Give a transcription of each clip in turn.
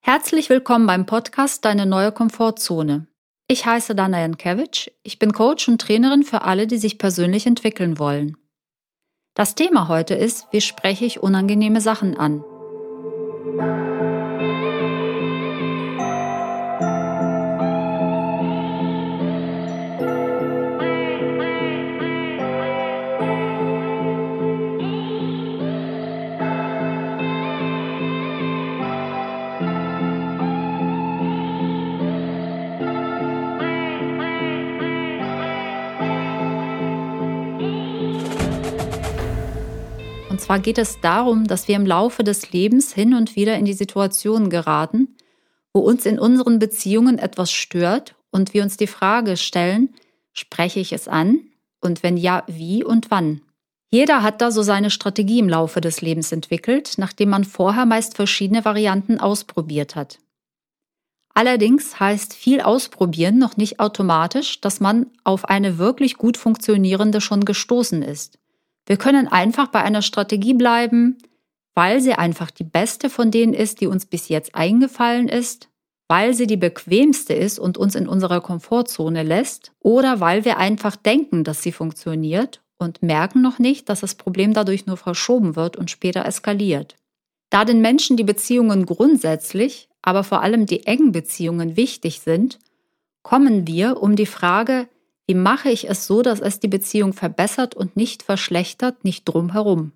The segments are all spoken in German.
Herzlich willkommen beim Podcast Deine neue Komfortzone. Ich heiße Dana Jankewitsch, ich bin Coach und Trainerin für alle, die sich persönlich entwickeln wollen. Das Thema heute ist, wie spreche ich unangenehme Sachen an? Und zwar geht es darum, dass wir im Laufe des Lebens hin und wieder in die Situation geraten, wo uns in unseren Beziehungen etwas stört und wir uns die Frage stellen, spreche ich es an? Und wenn ja, wie und wann? Jeder hat da so seine Strategie im Laufe des Lebens entwickelt, nachdem man vorher meist verschiedene Varianten ausprobiert hat. Allerdings heißt viel ausprobieren noch nicht automatisch, dass man auf eine wirklich gut funktionierende schon gestoßen ist. Wir können einfach bei einer Strategie bleiben, weil sie einfach die beste von denen ist, die uns bis jetzt eingefallen ist, weil sie die bequemste ist und uns in unserer Komfortzone lässt oder weil wir einfach denken, dass sie funktioniert und merken noch nicht, dass das Problem dadurch nur verschoben wird und später eskaliert. Da den Menschen die Beziehungen grundsätzlich, aber vor allem die engen Beziehungen wichtig sind, kommen wir um die Frage, wie mache ich es so, dass es die Beziehung verbessert und nicht verschlechtert, nicht drumherum?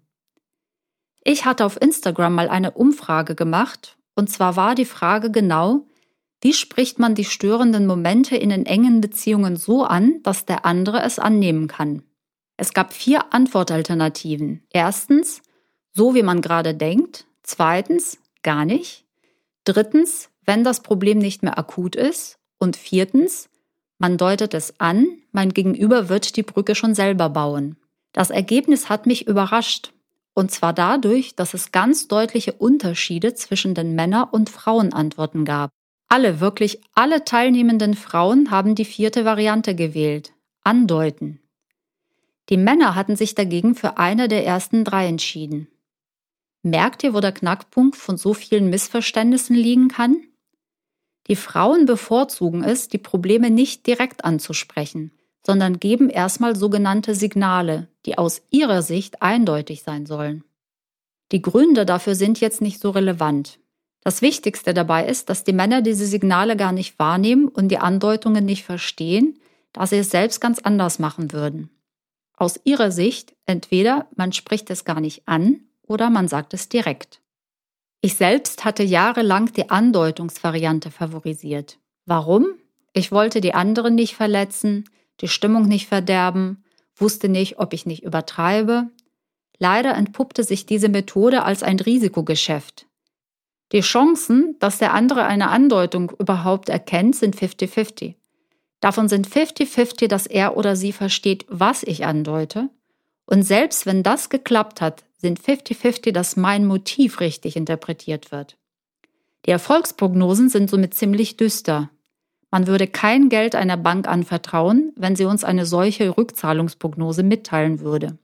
Ich hatte auf Instagram mal eine Umfrage gemacht, und zwar war die Frage genau, wie spricht man die störenden Momente in den engen Beziehungen so an, dass der andere es annehmen kann? Es gab 4 Antwortalternativen. Erstens, so wie man gerade denkt. Zweitens, gar nicht. Drittens, wenn das Problem nicht mehr akut ist. Und viertens, man deutet es an, mein Gegenüber wird die Brücke schon selber bauen. Das Ergebnis hat mich überrascht. Und zwar dadurch, dass es ganz deutliche Unterschiede zwischen den Männer- und Frauenantworten gab. Wirklich alle teilnehmenden Frauen haben die 4. Variante gewählt. Andeuten. Die Männer hatten sich dagegen für eine der ersten 3 entschieden. Merkt ihr, wo der Knackpunkt von so vielen Missverständnissen liegen kann? Die Frauen bevorzugen es, die Probleme nicht direkt anzusprechen, sondern geben erstmal sogenannte Signale, die aus ihrer Sicht eindeutig sein sollen. Die Gründe dafür sind jetzt nicht so relevant. Das Wichtigste dabei ist, dass die Männer diese Signale gar nicht wahrnehmen und die Andeutungen nicht verstehen, da sie es selbst ganz anders machen würden. Aus ihrer Sicht entweder man spricht es gar nicht an oder man sagt es direkt. Ich selbst hatte jahrelang die Andeutungsvariante favorisiert. Warum? Ich wollte die anderen nicht verletzen, die Stimmung nicht verderben, wusste nicht, ob ich nicht übertreibe. Leider entpuppte sich diese Methode als ein Risikogeschäft. Die Chancen, dass der andere eine Andeutung überhaupt erkennt, sind 50-50. Davon sind 50-50, dass er oder sie versteht, was ich andeute. Und selbst wenn das geklappt hat, sind 50-50, dass mein Motiv richtig interpretiert wird. Die Erfolgsprognosen sind somit ziemlich düster. Man würde kein Geld einer Bank anvertrauen, wenn sie uns eine solche Rückzahlungsprognose mitteilen würde.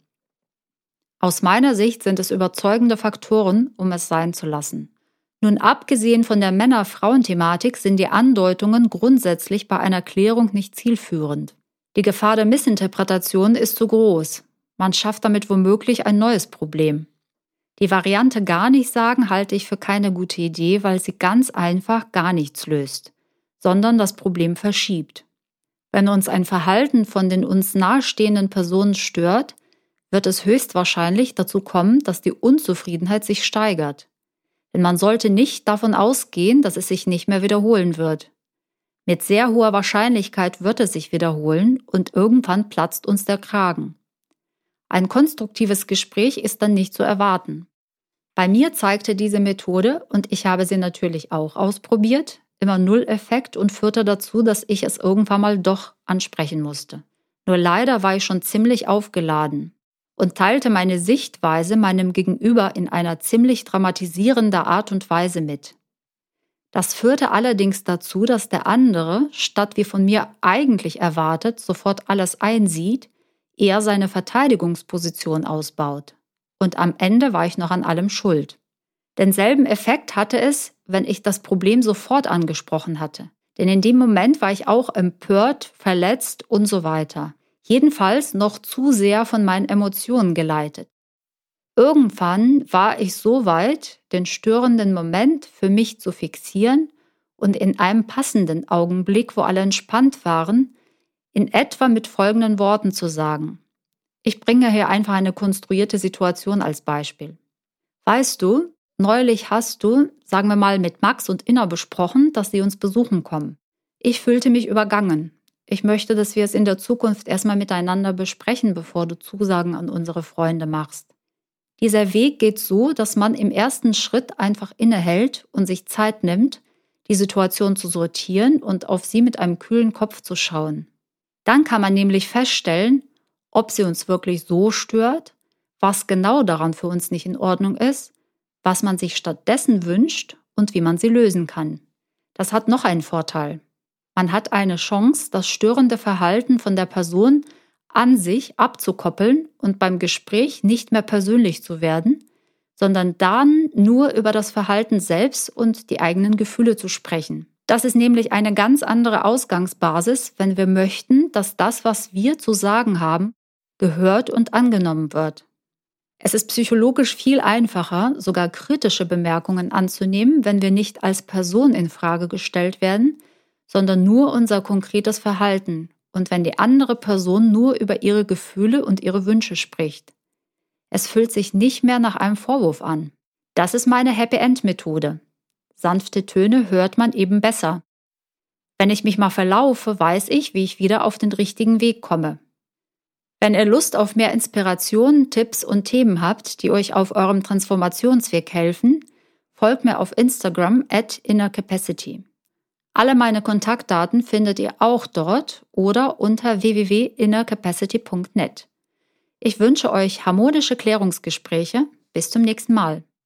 Aus meiner Sicht sind es überzeugende Faktoren, um es sein zu lassen. Nun, abgesehen von der Männer-Frauen-Thematik sind die Andeutungen grundsätzlich bei einer Klärung nicht zielführend. Die Gefahr der Missinterpretation ist zu groß. Man schafft damit womöglich ein neues Problem. Die Variante gar nicht sagen halte ich für keine gute Idee, weil sie ganz einfach gar nichts löst, sondern das Problem verschiebt. Wenn uns ein Verhalten von den uns nahestehenden Personen stört, wird es höchstwahrscheinlich dazu kommen, dass die Unzufriedenheit sich steigert. Denn man sollte nicht davon ausgehen, dass es sich nicht mehr wiederholen wird. Mit sehr hoher Wahrscheinlichkeit wird es sich wiederholen und irgendwann platzt uns der Kragen. Ein konstruktives Gespräch ist dann nicht zu erwarten. Bei mir zeigte diese Methode, und ich habe sie natürlich auch ausprobiert, immer null Effekt und führte dazu, dass ich es irgendwann mal doch ansprechen musste. Nur leider war ich schon ziemlich aufgeladen und teilte meine Sichtweise meinem Gegenüber in einer ziemlich dramatisierender Art und Weise mit. Das führte allerdings dazu, dass der andere, statt wie von mir eigentlich erwartet, sofort alles einsieht, eher seine Verteidigungsposition ausbaut. Und am Ende war ich noch an allem schuld. Denselben Effekt hatte es, wenn ich das Problem sofort angesprochen hatte. Denn in dem Moment war ich auch empört, verletzt und so weiter. Jedenfalls noch zu sehr von meinen Emotionen geleitet. Irgendwann war ich so weit, den störenden Moment für mich zu fixieren und in einem passenden Augenblick, wo alle entspannt waren, in etwa mit folgenden Worten zu sagen. Ich bringe hier einfach eine konstruierte Situation als Beispiel. Weißt du, neulich hast du, sagen wir mal, mit Max und Inna besprochen, dass sie uns besuchen kommen. Ich fühlte mich übergangen. Ich möchte, dass wir es in der Zukunft erstmal miteinander besprechen, bevor du Zusagen an unsere Freunde machst. Dieser Weg geht so, dass man im ersten Schritt einfach innehält und sich Zeit nimmt, die Situation zu sortieren und auf sie mit einem kühlen Kopf zu schauen. Dann kann man nämlich feststellen, ob sie uns wirklich so stört, was genau daran für uns nicht in Ordnung ist, was man sich stattdessen wünscht und wie man sie lösen kann. Das hat noch einen Vorteil. Man hat eine Chance, das störende Verhalten von der Person an sich abzukoppeln und beim Gespräch nicht mehr persönlich zu werden, sondern dann nur über das Verhalten selbst und die eigenen Gefühle zu sprechen. Das ist nämlich eine ganz andere Ausgangsbasis, wenn wir möchten, dass das, was wir zu sagen haben, gehört und angenommen wird. Es ist psychologisch viel einfacher, sogar kritische Bemerkungen anzunehmen, wenn wir nicht als Person in Frage gestellt werden, sondern nur unser konkretes Verhalten und wenn die andere Person nur über ihre Gefühle und ihre Wünsche spricht. Es fühlt sich nicht mehr nach einem Vorwurf an. Das ist meine Happy-End-Methode. Sanfte Töne hört man eben besser. Wenn ich mich mal verlaufe, weiß ich, wie ich wieder auf den richtigen Weg komme. Wenn ihr Lust auf mehr Inspirationen, Tipps und Themen habt, die euch auf eurem Transformationsweg helfen, folgt mir auf Instagram @innercapacity. Alle meine Kontaktdaten findet ihr auch dort oder unter www.innercapacity.net. Ich wünsche euch harmonische Klärungsgespräche. Bis zum nächsten Mal.